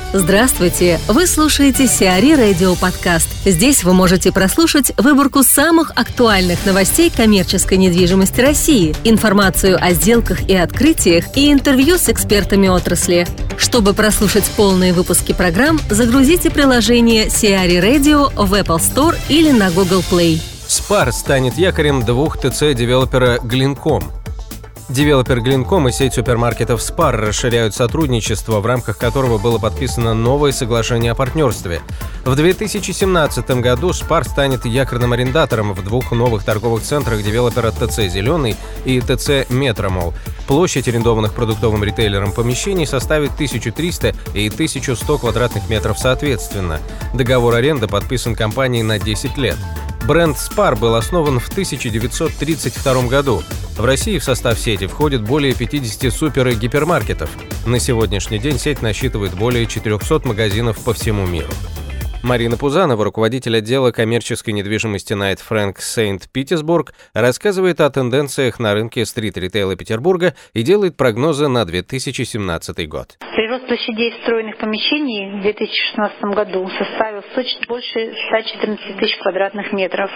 Здравствуйте! Вы слушаете Сиари Радио Подкаст. Здесь вы можете прослушать выборку самых актуальных новостей коммерческой недвижимости России, информацию о сделках и открытиях и интервью с экспертами отрасли. Чтобы прослушать полные выпуски программ, загрузите приложение Сиари Radio в Apple Store или на Google Play. Spar станет якорем двух ТЦ-девелопера Glencom. Девелопер Glencom и сеть супермаркетов Spar расширяют сотрудничество, в рамках которого было подписано новое соглашение о партнерстве. В 2017 году Spar станет якорным арендатором в двух новых торговых центрах девелопера ТЦ «Зеленый» и ТЦ «Метромолл». Площадь арендованных продуктовым ритейлером помещений составит 1300 и 1100 квадратных метров соответственно. Договор аренды подписан компанией на 10 лет. Бренд Spar был основан в 1932 году. В России в состав сети входит более 50 супер- и гипермаркетов. На сегодняшний день сеть насчитывает более 400 магазинов по всему миру. Марина Пузанова, руководитель отдела коммерческой недвижимости Knight Frank Saint-Petersburg, рассказывает о тенденциях на рынке стрит-ритейла Петербурга и делает прогнозы на 2017 год. Прирост площадей встроенных помещений в 2016 году составил больше 114 тысяч квадратных метров.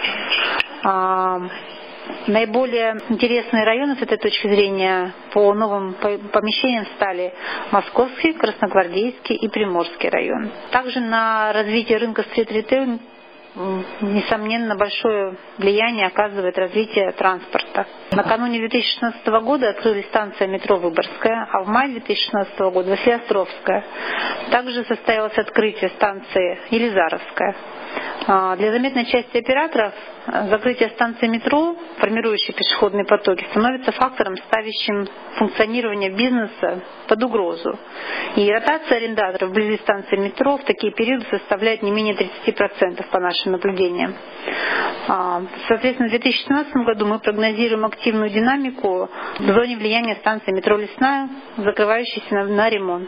Наиболее интересные районы с этой точки зрения по новым помещениям стали Московский, Красногвардейский и Приморский район. Также на развитие рынка стрит-ритейл несомненно большое влияние оказывает развитие транспорта. Накануне 2016 года открылись станция метро Выборгская, а в мае 2016 года Василеостровская. Также состоялось открытие станции Елизаровская. Для заметной части операторов закрытие станции метро, формирующей пешеходные потоки, становится фактором, ставящим функционирование бизнеса под угрозу. И ротация арендаторов вблизи станции метро в такие периоды составляет не менее 30% по нашим наблюдениям. Соответственно, в 2017 году мы прогнозируем активную динамику в зоне влияния станции метро Лесная, закрывающейся на ремонт.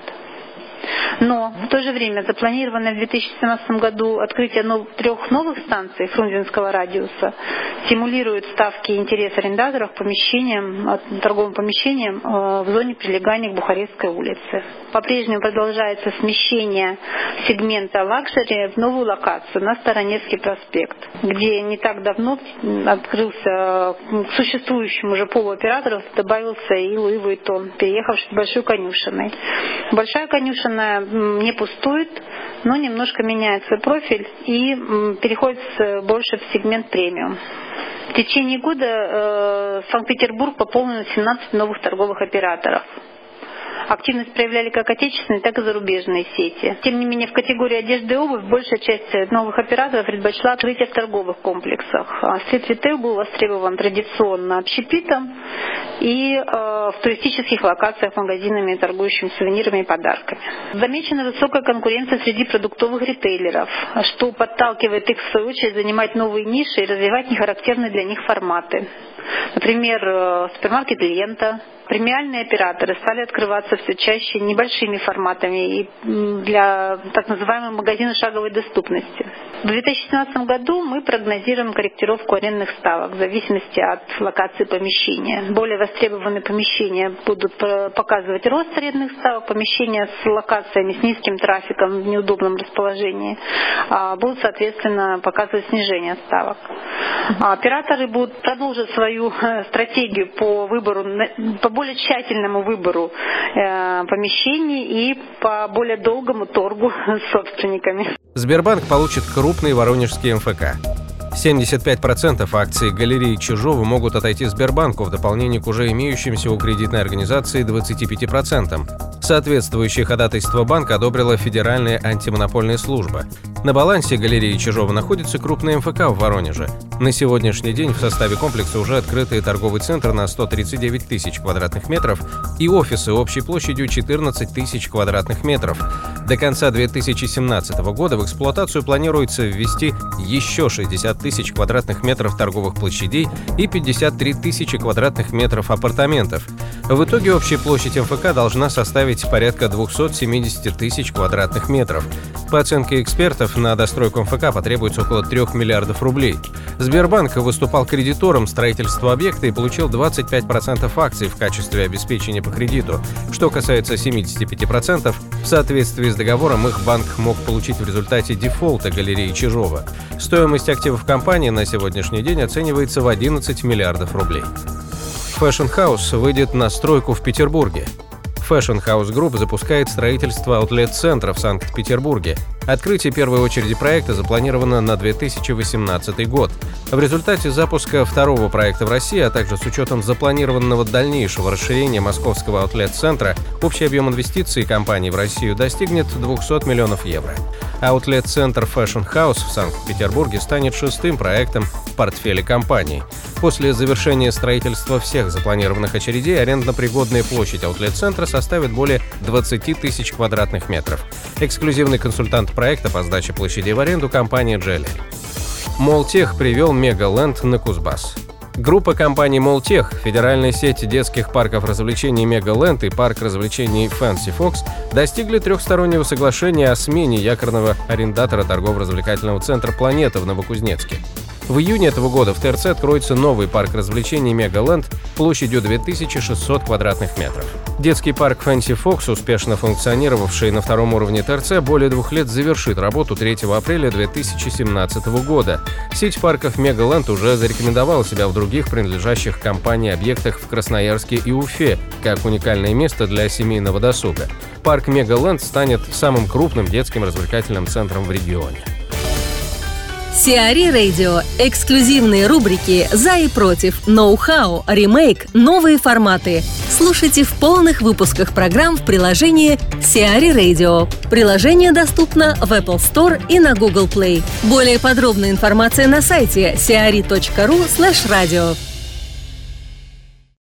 Но в то же время запланированное в 2017 году открытие 3 новых станций Фрунзенского радиуса стимулирует ставки и интерес арендаторов к торговым помещениям в зоне прилегания к Бухарестской улице. По-прежнему продолжается смещение сегмента лакшери в новую локацию на Староневский проспект, где не так давно открылся к существующему уже пулу операторов добавился и Луи Vuitton, переехавший с Большой Конюшенной. Большая Конюшенная не пустует, но немножко меняет свой профиль и переходит больше в сегмент премиум. В течение года Санкт-Петербург пополнил 17 новых торговых операторов. Активность проявляли как отечественные, так и зарубежные сети. Тем не менее, в категории одежды и обувь большая часть новых операторов предпочла открытие в торговых комплексах. Стрит-ритейл был востребован традиционно общепитом и в туристических локациях магазинами, торгующими сувенирами и подарками. Замечена высокая конкуренция среди продуктовых ритейлеров, что подталкивает их в свою очередь занимать новые ниши и развивать нехарактерные для них форматы. Например, супермаркет «Лента». Премиальные операторы стали открываться все чаще небольшими форматами и для так называемых магазинов шаговой доступности. В 2017 году мы прогнозируем корректировку арендных ставок в зависимости от локации помещения. Более востребованные помещения будут показывать рост арендных ставок, помещения с локациями с низким трафиком в неудобном расположении будут, соответственно, показывать снижение ставок. Операторы будут продолжить свою стратегию по более тщательному выбору помещений и по более долгому торгу с собственниками. Сбербанк получит крупный воронежский МФК. 75% акций галереи Чижова могут отойти Сбербанку в дополнение к уже имеющимся у кредитной организации 25%. Соответствующее ходатайство банка одобрила Федеральная антимонопольная служба. На балансе галереи Чижова находится крупный МФК в Воронеже. На сегодняшний день в составе комплекса уже открытый торговый центр на 139 тысяч квадратных метров и офисы общей площадью 14 тысяч квадратных метров. До конца 2017 года в эксплуатацию планируется ввести еще 60 тысяч квадратных метров торговых площадей и 53 тысячи квадратных метров апартаментов. В итоге общая площадь МФК должна составить порядка 270 тысяч квадратных метров. По оценке экспертов, на достройку МФК потребуется около 3 миллиардов рублей. Сбербанк выступал кредитором строительства объекта и получил 25% акций в качестве обеспечения по кредиту. Что касается 75%, в соответствии с с договором, их банк мог получить в результате дефолта галереи Чижова. Стоимость активов компании на сегодняшний день оценивается в 11 миллиардов рублей. Fashion House выйдет на стройку в Петербурге. Fashion House Group запускает строительство аутлет-центра в Санкт-Петербурге. Открытие первой очереди проекта запланировано на 2018 год. В результате запуска второго проекта в России, а также с учетом запланированного дальнейшего расширения московского аутлет-центра, общий объем инвестиций компании в Россию достигнет 200 миллионов евро. Аутлет-центр Fashion House в Санкт-Петербурге станет 6-м проектом в портфеле компании. После завершения строительства всех запланированных очередей арендно-пригодная площадь аутлет-центра составит более 20 тысяч квадратных метров. Эксклюзивный консультант проекта по сдаче площадей в аренду — компания Джелли. Молтех привел Мегаленд на Кузбасс. Группа компаний Молтех, федеральная сеть детских парков развлечений Мегаленд и парк развлечений Fancy Fox достигли трехстороннего соглашения о смене якорного арендатора торгово-развлекательного центра «Планета» в Новокузнецке. В июне этого года в ТРЦ откроется новый парк развлечений Мегаленд площадью 2600 квадратных метров. Детский парк Fancy Fox, успешно функционировавший на втором уровне ТРЦ, более 2 лет завершит работу 3 апреля 2017 года. Сеть парков Мегаленд уже зарекомендовала себя в других принадлежащих компании объектах в Красноярске и Уфе, как уникальное место для семейного досуга. Парк Мегаленд станет самым крупным детским развлекательным центром в регионе. Сиари Радио. Эксклюзивные рубрики «За и против», «Ноу-хау», «Ремейк», «Новые форматы». Слушайте в полных выпусках программ в приложении Сиари Radio. Приложение доступно в Apple Store и на Google Play. Более подробная информация на сайте siari.ru/radio.